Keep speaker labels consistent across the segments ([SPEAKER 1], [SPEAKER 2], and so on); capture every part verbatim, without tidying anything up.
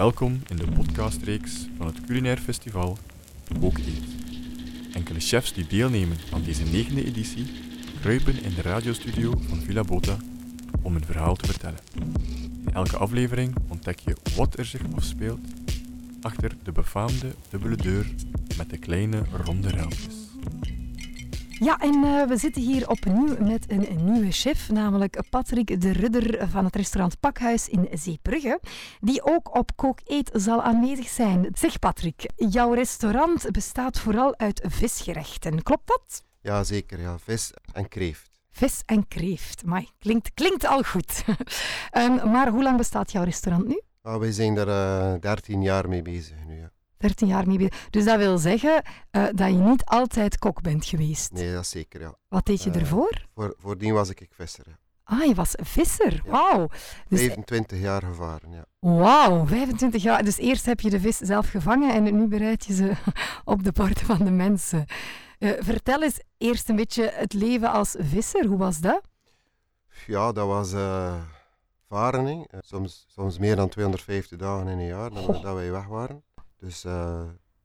[SPEAKER 1] Welkom in de podcastreeks van het culinair festival Kook Eet. Enkele chefs die deelnemen aan deze negende editie kruipen in de radiostudio van Villa Bota om een verhaal te vertellen. In elke aflevering ontdek je wat er zich afspeelt achter de befaamde dubbele deur met de kleine ronde raampjes.
[SPEAKER 2] Ja, en uh, we zitten hier opnieuw met een, een nieuwe chef, namelijk Patrick de Rudder van het restaurant Pakhuis in Zeebrugge, die ook op Kook Eet zal aanwezig zijn. Zeg Patrick, jouw restaurant bestaat vooral uit visgerechten, klopt dat?
[SPEAKER 3] Ja, zeker. Ja. Vis en kreeft.
[SPEAKER 2] Vis en kreeft, amai, klinkt, klinkt al goed. um, maar hoe lang bestaat jouw restaurant nu?
[SPEAKER 3] Nou, wij zijn er uh, dertien jaar mee bezig nu, ja.
[SPEAKER 2] dertien jaar mee bezig. Dus dat wil zeggen uh, dat je niet altijd kok bent geweest?
[SPEAKER 3] Nee, dat is zeker, ja.
[SPEAKER 2] Wat deed je
[SPEAKER 3] uh,
[SPEAKER 2] ervoor?
[SPEAKER 3] Voor, voordien was ik visser, ja.
[SPEAKER 2] Ah, je was visser.
[SPEAKER 3] Ja.
[SPEAKER 2] Wauw. Dus,
[SPEAKER 3] vijfentwintig jaar gevaren, ja.
[SPEAKER 2] Wauw, vijfentwintig jaar. Dus eerst heb je de vis zelf gevangen en nu bereid je ze op de borden van de mensen. Uh, vertel eens eerst een beetje het leven als visser. Hoe was dat?
[SPEAKER 3] Ja, dat was uh, varen, hè. Uh, soms, soms meer dan tweehonderdvijftig dagen in een jaar dat, oh. dat wij weg waren. Dus uh,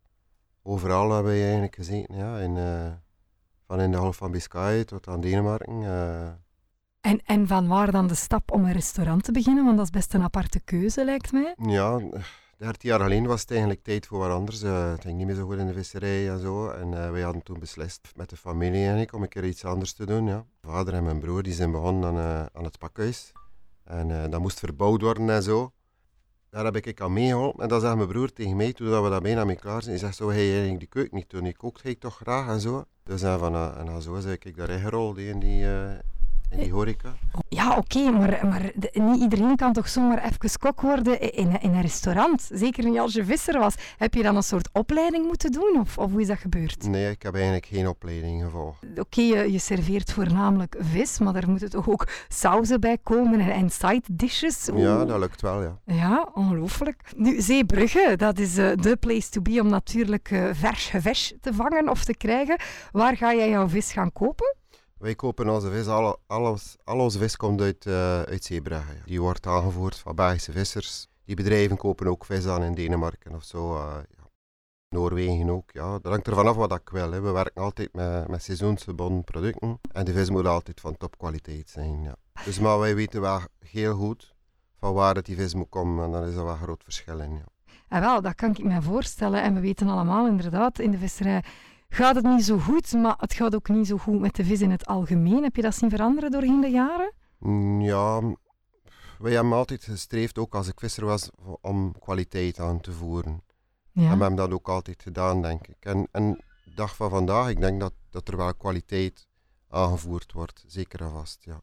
[SPEAKER 3] overal hebben wij eigenlijk gezeten, ja. In, uh, van in de Golf van Biscay tot aan Denemarken. Uh.
[SPEAKER 2] En, en van waar dan de stap om een restaurant te beginnen? Want dat is best een aparte keuze, lijkt mij.
[SPEAKER 3] Ja, dertien jaar geleden was het eigenlijk tijd voor wat anders. Uh, het ging niet meer zo goed in de visserij en zo. En uh, wij hadden toen beslist met de familie eigenlijk om een keer iets anders te doen. Ja. Mijn vader en mijn broer die zijn begonnen aan, uh, aan het pakhuis. En uh, dat moest verbouwd worden en zo. Daar heb ik aan meegeholpen. En dan zei mijn broer tegen mij, toen we daar bijna mee klaar zijn, hij zegt, zou hij eigenlijk die keuken niet doen? Die kookt hij toch graag en zo. Dus uh, van, uh, en dan zo zei ik daarin gerold in die... Uh, In die horeca.
[SPEAKER 2] Ja, oké, okay, maar, maar de, niet iedereen kan toch zomaar even kok worden in, in een restaurant? Zeker niet als je visser was. Heb je dan een soort opleiding moeten doen of, of hoe is dat gebeurd?
[SPEAKER 3] Nee, ik heb eigenlijk geen opleiding gevolgd.
[SPEAKER 2] Oké, okay, je, je serveert voornamelijk vis, maar er moeten toch ook sauzen bij komen en, en side dishes? Oeh.
[SPEAKER 3] Ja, dat lukt wel, ja.
[SPEAKER 2] Ja, ongelooflijk. Nu, Zeebrugge, dat is uh, de place to be om natuurlijk uh, vers gevesh te vangen of te krijgen. Waar ga jij jouw vis gaan kopen?
[SPEAKER 3] Wij kopen onze vis, alle, alles, al onze vis komt uit, uh, uit Zeebrugge. Ja. Die wordt aangevoerd van Belgische vissers. Die bedrijven kopen ook vis aan in Denemarken of zo. Uh, ja. Noorwegen ook. Ja. Dat hangt er vanaf wat ik wil. Hè. We werken altijd met, met seizoensgebonden producten. En de vis moet altijd van topkwaliteit zijn. Ja. Dus maar wij weten wel heel goed van waar het die vis moet komen. En dan is er wel een groot verschil in. Ja.
[SPEAKER 2] En wel, dat kan ik me voorstellen. En we weten allemaal inderdaad in de visserij... Gaat het niet zo goed, maar het gaat ook niet zo goed met de vis in het algemeen. Heb je dat zien veranderen doorheen de jaren?
[SPEAKER 3] Ja, wij hebben altijd gestreefd, ook als ik visser was, om kwaliteit aan te voeren. Ja. En we hebben dat ook altijd gedaan, denk ik. En, en de dag van vandaag, ik denk dat, dat er wel kwaliteit aangevoerd wordt, zeker en vast, ja.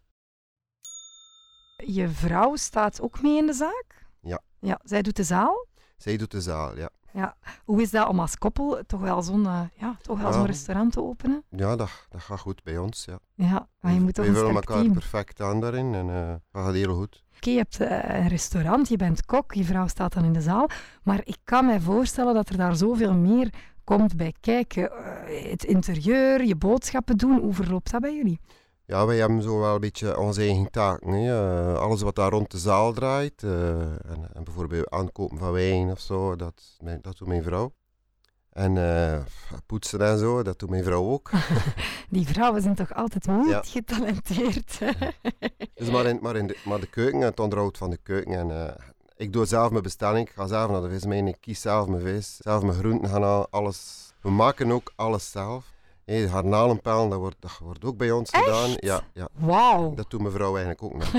[SPEAKER 2] Je vrouw staat ook mee in de zaak?
[SPEAKER 3] Ja.
[SPEAKER 2] Ja, zij doet de zaal?
[SPEAKER 3] Zij doet de zaal, ja.
[SPEAKER 2] Ja. Hoe is dat om als koppel toch wel zo'n, uh, ja, toch wel ja. zo'n restaurant te openen?
[SPEAKER 3] Ja, dat, dat gaat goed bij ons, ja.
[SPEAKER 2] Ja, maar je moet toch
[SPEAKER 3] Wij
[SPEAKER 2] een
[SPEAKER 3] vullen
[SPEAKER 2] sterk
[SPEAKER 3] elkaar
[SPEAKER 2] team.
[SPEAKER 3] perfect aan daarin en uh, dat gaat heel goed.
[SPEAKER 2] Oké, okay, je hebt uh, een restaurant, je bent kok, je vrouw staat dan in de zaal, maar ik kan me voorstellen dat er daar zoveel meer komt bij kijken. Uh, het interieur, je boodschappen doen, hoe verloopt dat bij jullie?
[SPEAKER 3] Ja, wij hebben zo wel een beetje onze eigen taken. Hè. Uh, alles wat daar rond de zaal draait, uh, en, en bijvoorbeeld aankopen van wijn of zo, dat, dat doet mijn vrouw. En uh, poetsen en zo, dat doet mijn vrouw ook.
[SPEAKER 2] Die vrouwen zijn toch altijd niet
[SPEAKER 3] ja.
[SPEAKER 2] getalenteerd?
[SPEAKER 3] Ja. Dus maar, in, maar, in de, maar de keuken, het onderhoud van de keuken. En, uh, ik doe zelf mijn bestelling, ik ga zelf naar de vismijn, ik kies zelf mijn vis, zelf mijn groenten, gaan alles. We maken ook alles zelf. Hey, de garnalenpellen, dat wordt, dat wordt ook bij ons
[SPEAKER 2] Echt?
[SPEAKER 3] gedaan. Ja, ja.
[SPEAKER 2] Wauw.
[SPEAKER 3] Dat doet mijn vrouw eigenlijk ook nog.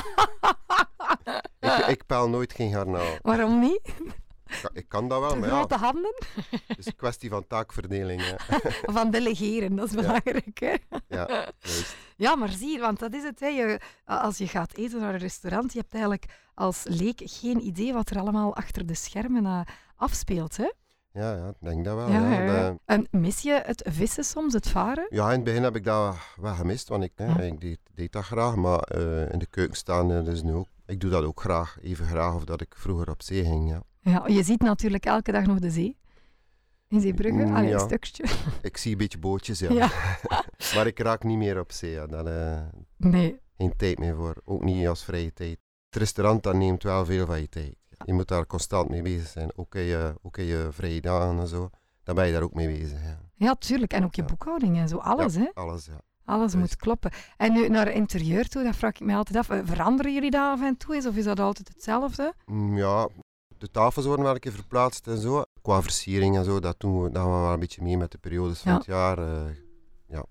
[SPEAKER 3] Ja. ik, ik pel nooit geen garnaal.
[SPEAKER 2] Waarom niet?
[SPEAKER 3] Ik, ik kan dat wel,
[SPEAKER 2] Te
[SPEAKER 3] maar
[SPEAKER 2] grote
[SPEAKER 3] ja.
[SPEAKER 2] handen?
[SPEAKER 3] Het is een kwestie van taakverdeling. Ja.
[SPEAKER 2] Van delegeren, dat is belangrijk. Hè?
[SPEAKER 3] Ja, juist.
[SPEAKER 2] Ja, maar zie je, want dat is het. Hè. Je, als je gaat eten naar een restaurant, je hebt eigenlijk als leek geen idee wat er allemaal achter de schermen uh, afspeelt. Hè?
[SPEAKER 3] Ja, ja, ik denk dat wel.
[SPEAKER 2] Ja,
[SPEAKER 3] ja.
[SPEAKER 2] ja.
[SPEAKER 3] De...
[SPEAKER 2] En mis je het vissen soms, het varen?
[SPEAKER 3] Ja, in het begin heb ik dat wel gemist, want ik, hè, ja. ik deed, deed dat graag. Maar uh, in de keuken staan uh, dus nu ook. Ik doe dat ook graag, even graag, of dat ik vroeger op zee ging, ja.
[SPEAKER 2] Ja, je ziet natuurlijk elke dag nog de zee. In Zeebrugge, allee,
[SPEAKER 3] ja.
[SPEAKER 2] een stukje.
[SPEAKER 3] Ik zie een beetje bootjes, ja.
[SPEAKER 2] ja.
[SPEAKER 3] Maar ik raak niet meer op zee, ja. Daar uh,
[SPEAKER 2] nee.
[SPEAKER 3] geen tijd meer voor. Ook niet als vrije tijd. Het restaurant, dat neemt wel veel van je tijd. Ja. Je moet daar constant mee bezig zijn. Ook in je, ook in je vrije dagen en zo. Dan ben je daar ook mee bezig. Ja,
[SPEAKER 2] Ja, tuurlijk. En ook je
[SPEAKER 3] Ja.
[SPEAKER 2] boekhouding en zo. Alles,
[SPEAKER 3] ja,
[SPEAKER 2] hè?
[SPEAKER 3] alles, ja.
[SPEAKER 2] Alles
[SPEAKER 3] Juist.
[SPEAKER 2] moet kloppen. En nu naar interieur toe, dat vraag ik me altijd af. eh, Veranderen jullie dat af en toe eens? Of is dat altijd hetzelfde?
[SPEAKER 3] Mm, Ja, de tafels worden wel een keer verplaatst en zo. Qua versiering en zo, dat doen we, dat gaan we wel een beetje mee met de periodes van
[SPEAKER 2] Ja.
[SPEAKER 3] het jaar. eh, ja.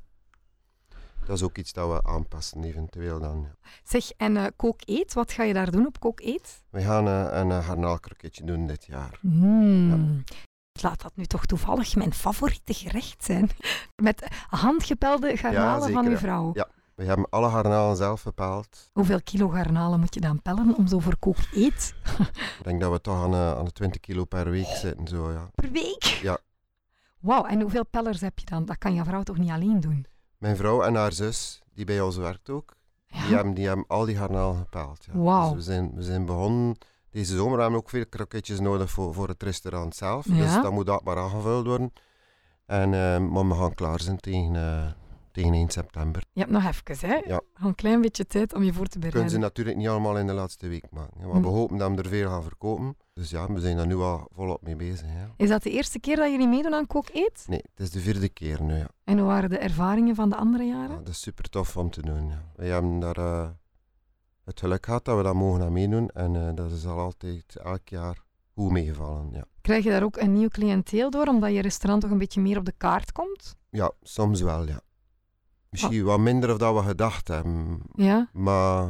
[SPEAKER 3] Dat is ook iets dat we aanpassen eventueel dan. Ja.
[SPEAKER 2] Zeg, en eh kook eet, wat ga je daar doen op kook eet?
[SPEAKER 3] We gaan eh, een uh, garnaalkroketje doen dit jaar.
[SPEAKER 2] Mm. Laat dat nu toch toevallig mijn favoriete gerecht zijn. Met handgepelde garnalen
[SPEAKER 3] zeker,
[SPEAKER 2] van uw
[SPEAKER 3] ja.
[SPEAKER 2] vrouw.
[SPEAKER 3] Ja. We hebben alle garnalen zelf bepaald.
[SPEAKER 2] Hoeveel kilo garnalen moet je dan pellen om zo voor kook eet
[SPEAKER 3] Ik denk dat we toch aan, uh, aan de twintig kilo per week zitten. Zo, ja.
[SPEAKER 2] per week?
[SPEAKER 3] Ja.
[SPEAKER 2] Wauw, en hoeveel pellers heb je dan? Dat kan je vrouw toch niet alleen doen?
[SPEAKER 3] Mijn vrouw en haar zus, die bij ons werkt ook,
[SPEAKER 2] Ja.
[SPEAKER 3] die, hebben, die hebben al die garnalen gepeld. Ja.
[SPEAKER 2] Wauw.
[SPEAKER 3] Dus we zijn, we zijn begonnen. Deze zomer hebben we ook veel kroketjes nodig voor, voor het restaurant zelf.
[SPEAKER 2] Ja.
[SPEAKER 3] Dus dan moet dat maar aangevuld worden. En, uh, maar we gaan klaar zijn tegen, uh, tegen eind september.
[SPEAKER 2] Je hebt nog even, hè?
[SPEAKER 3] Ja.
[SPEAKER 2] Nog een klein beetje tijd om je voor te
[SPEAKER 3] Kunnen
[SPEAKER 2] bereiden.
[SPEAKER 3] ze natuurlijk niet allemaal in de laatste week maken. hè, Maar
[SPEAKER 2] Hm.
[SPEAKER 3] we hopen dat we er veel gaan verkopen. Dus ja, we zijn daar nu al volop mee bezig. Ja.
[SPEAKER 2] Is dat de eerste keer dat jullie meedoen aan kook eet?
[SPEAKER 3] Nee, het is de vierde keer nu. Ja.
[SPEAKER 2] En hoe waren de ervaringen van de andere
[SPEAKER 3] Ja,
[SPEAKER 2] jaren?
[SPEAKER 3] dat is super tof om te doen. Ja. Wij hebben daar uh, het geluk gehad dat we dat mogen aan meedoen. En uh, dat is al altijd elk jaar goed meegevallen. Ja.
[SPEAKER 2] Krijg je daar ook een nieuw cliënteel door, omdat je restaurant toch een beetje meer op de kaart komt?
[SPEAKER 3] ja, soms wel, ja. Misschien wat minder of dat we gedacht hebben.
[SPEAKER 2] Ja,
[SPEAKER 3] Maar,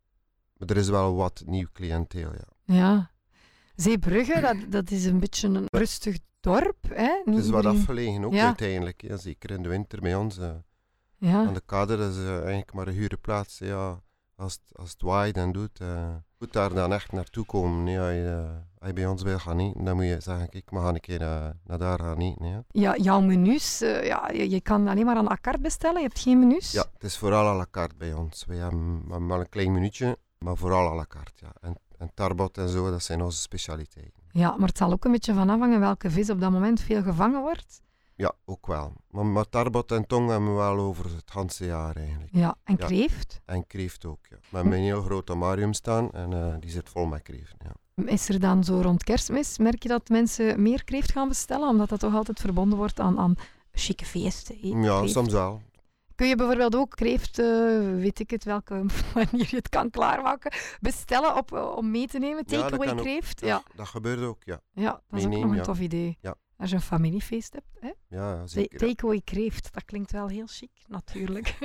[SPEAKER 3] maar er is wel wat nieuw cliënteel, ja.
[SPEAKER 2] ja. Zeebrugge, dat, dat is een beetje een rustig dorp, hè? Niet
[SPEAKER 3] Het is wat
[SPEAKER 2] iedereen-
[SPEAKER 3] afgelegen ook
[SPEAKER 2] Ja.
[SPEAKER 3] uiteindelijk. Ja. Zeker in de winter bij ons. Uh,
[SPEAKER 2] Ja.
[SPEAKER 3] aan de kade, dat is uh, eigenlijk maar een gure plaats. Ja. Als, het, als het waait en doet. Uh, moet daar dan echt naartoe komen. Ja. Als, je, uh, als je bij ons wil gaan eten, dan moet je zeggen, kijk, we gaan een keer uh, naar daar gaan eten. Ja.
[SPEAKER 2] Ja, jouw menus, eh, ja, je, je kan alleen maar aan à la carte bestellen, je hebt geen menus?
[SPEAKER 3] ja, het is vooral à la carte bij ons. We hebben, we hebben wel een klein minuutje, maar vooral à la carte. Ja. En, en tarbot en zo, dat zijn onze specialiteiten.
[SPEAKER 2] Ja, maar het zal ook een beetje van afhangen welke vis op dat moment veel gevangen wordt.
[SPEAKER 3] Ja, ook wel. Maar, maar tarbot en tong hebben we wel over het hele jaar eigenlijk.
[SPEAKER 2] Ja, en
[SPEAKER 3] Ja.
[SPEAKER 2] kreeft.
[SPEAKER 3] En kreeft ook, ja. We hebben een heel groot aquarium staan en uh, die zit vol met kreeft, ja.
[SPEAKER 2] Is er dan zo rond kerstmis, merk je dat mensen meer kreeft gaan bestellen? Omdat dat toch altijd verbonden wordt aan, aan chique feesten. hè,
[SPEAKER 3] Ja,
[SPEAKER 2] kreeft.
[SPEAKER 3] soms wel.
[SPEAKER 2] Kun je bijvoorbeeld ook kreeft, eh, weet ik het, welke manier je het kan klaarmaken, bestellen op, eh, om mee te nemen?
[SPEAKER 3] Ja, dat
[SPEAKER 2] Takeaway
[SPEAKER 3] kan ook.
[SPEAKER 2] kreeft?
[SPEAKER 3] Dat,
[SPEAKER 2] Ja.
[SPEAKER 3] dat gebeurt ook, ja.
[SPEAKER 2] Ja, dat is ook
[SPEAKER 3] Meenemen,
[SPEAKER 2] nog een
[SPEAKER 3] ja.
[SPEAKER 2] tof idee.
[SPEAKER 3] Ja.
[SPEAKER 2] Als je een familiefeest hebt. Hè?
[SPEAKER 3] Ja, ja,
[SPEAKER 2] Ta-
[SPEAKER 3] zeker. ja.
[SPEAKER 2] Takeaway kreeft, dat klinkt wel heel chic, natuurlijk.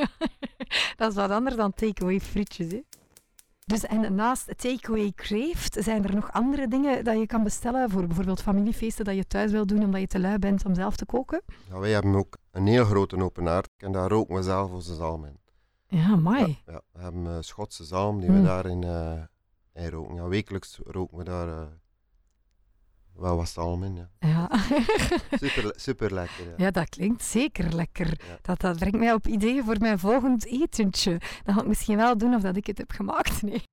[SPEAKER 2] Dat is wat anders dan takeaway frietjes. Hè? Dus en naast takeaway kreeft, zijn er nog andere dingen dat je kan bestellen voor bijvoorbeeld familiefeesten dat je thuis wil doen omdat je te lui bent om zelf te koken?
[SPEAKER 3] Ja, wij hebben ook een heel grote open haard en daar roken we zelf onze zalm in.
[SPEAKER 2] Ja, mooi.
[SPEAKER 3] Ja, ja, we hebben uh, Schotse zalm die
[SPEAKER 2] Mm.
[SPEAKER 3] we daarin uh, in roken. Ja, wekelijks roken we daar uh, wel wat zalm in. Ja.
[SPEAKER 2] Ja.
[SPEAKER 3] Super, super lekker. Ja.
[SPEAKER 2] Ja, dat klinkt zeker lekker.
[SPEAKER 3] Ja.
[SPEAKER 2] Dat, dat brengt mij op ideeën voor mijn volgend etentje. Dan ga ik misschien wel doen of dat ik het heb gemaakt. Nee.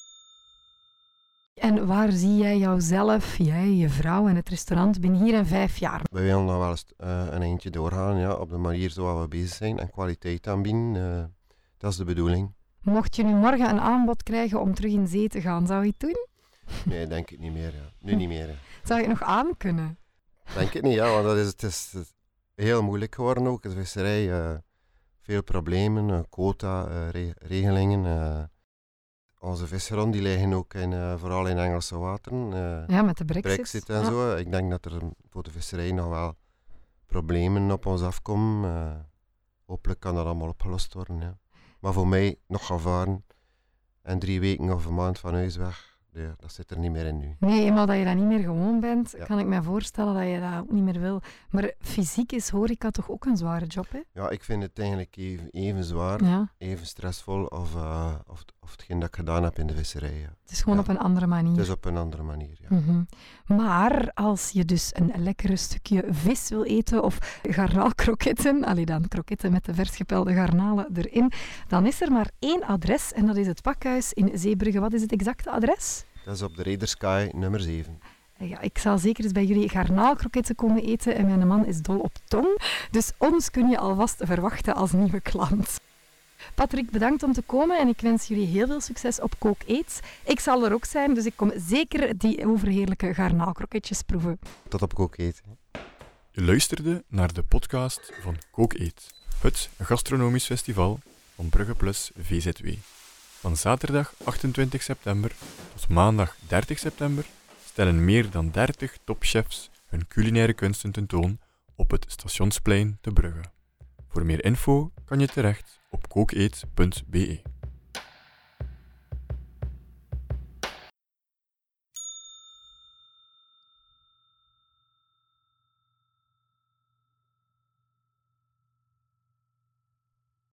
[SPEAKER 2] En waar zie jij jouzelf, jij, je vrouw en het restaurant binnen hier en vijf jaar?
[SPEAKER 3] We willen nog wel eens uh, een eindje doorgaan, ja, op de manier zoals we bezig zijn en kwaliteit aanbieden. Uh, dat is de bedoeling.
[SPEAKER 2] Mocht je nu morgen een aanbod krijgen om terug in zee te gaan, zou je het doen?
[SPEAKER 3] Nee, denk ik niet meer. Ja. Nu niet meer. Ja.
[SPEAKER 2] Zou je het nog aan kunnen?
[SPEAKER 3] Denk ik niet, ja, want dat is, het is het is heel moeilijk geworden ook. De visserij, uh, veel problemen, uh, quota, uh, re regelingen. Uh, onze visseron die liggen ook in, uh, vooral in Engelse wateren. Uh,
[SPEAKER 2] Ja, met de brexit.
[SPEAKER 3] Brexit en
[SPEAKER 2] Ja.
[SPEAKER 3] zo. Ik denk dat er voor de visserij nog wel problemen op ons afkomen. Uh, hopelijk kan dat allemaal opgelost worden. Ja. Maar voor mij nog gaan varen en drie weken of een maand van huis weg, ja, dat zit er niet meer in nu.
[SPEAKER 2] Nee, eenmaal dat je dat niet meer gewoon bent,
[SPEAKER 3] Ja.
[SPEAKER 2] kan ik me voorstellen dat je dat ook niet meer wil. Maar fysiek is horeca toch ook een zware job, hè?
[SPEAKER 3] Ja, ik vind het eigenlijk even, even zwaar,
[SPEAKER 2] Ja,
[SPEAKER 3] even stressvol of, uh, of, of hetgeen dat ik gedaan heb in de visserij. Ja.
[SPEAKER 2] het is gewoon
[SPEAKER 3] Ja.
[SPEAKER 2] op een andere manier.
[SPEAKER 3] Het is op een andere manier, ja.
[SPEAKER 2] Mhm. Maar als je dus een lekkere stukje vis wil eten of garnaalkroketten, allee dan kroketten met de vers gepelde garnalen erin, dan is er maar één adres en dat is het Pakhuis in Zeebrugge. Wat is het exacte adres?
[SPEAKER 3] Dat is op de Redersky nummer zeven.
[SPEAKER 2] Ja, ik zal zeker eens bij jullie garnaalkroketten komen eten en mijn man is dol op tong. Dus ons kun je alvast verwachten als nieuwe klant. Patrick, bedankt om te komen en ik wens jullie heel veel succes op Cook Eat. Ik zal er ook zijn, dus ik kom zeker die overheerlijke garnaalkroketjes proeven.
[SPEAKER 3] Tot op Cook Eat.
[SPEAKER 1] Je luisterde naar de podcast van Cook Eat, het gastronomisch festival van Brugge Plus V Z W. Van zaterdag achtentwintig september tot maandag dertig september stellen meer dan dertig topchefs hun culinaire kunsten tentoon op het Stationsplein te Brugge. Voor meer info kan je terecht op kookeat punt be.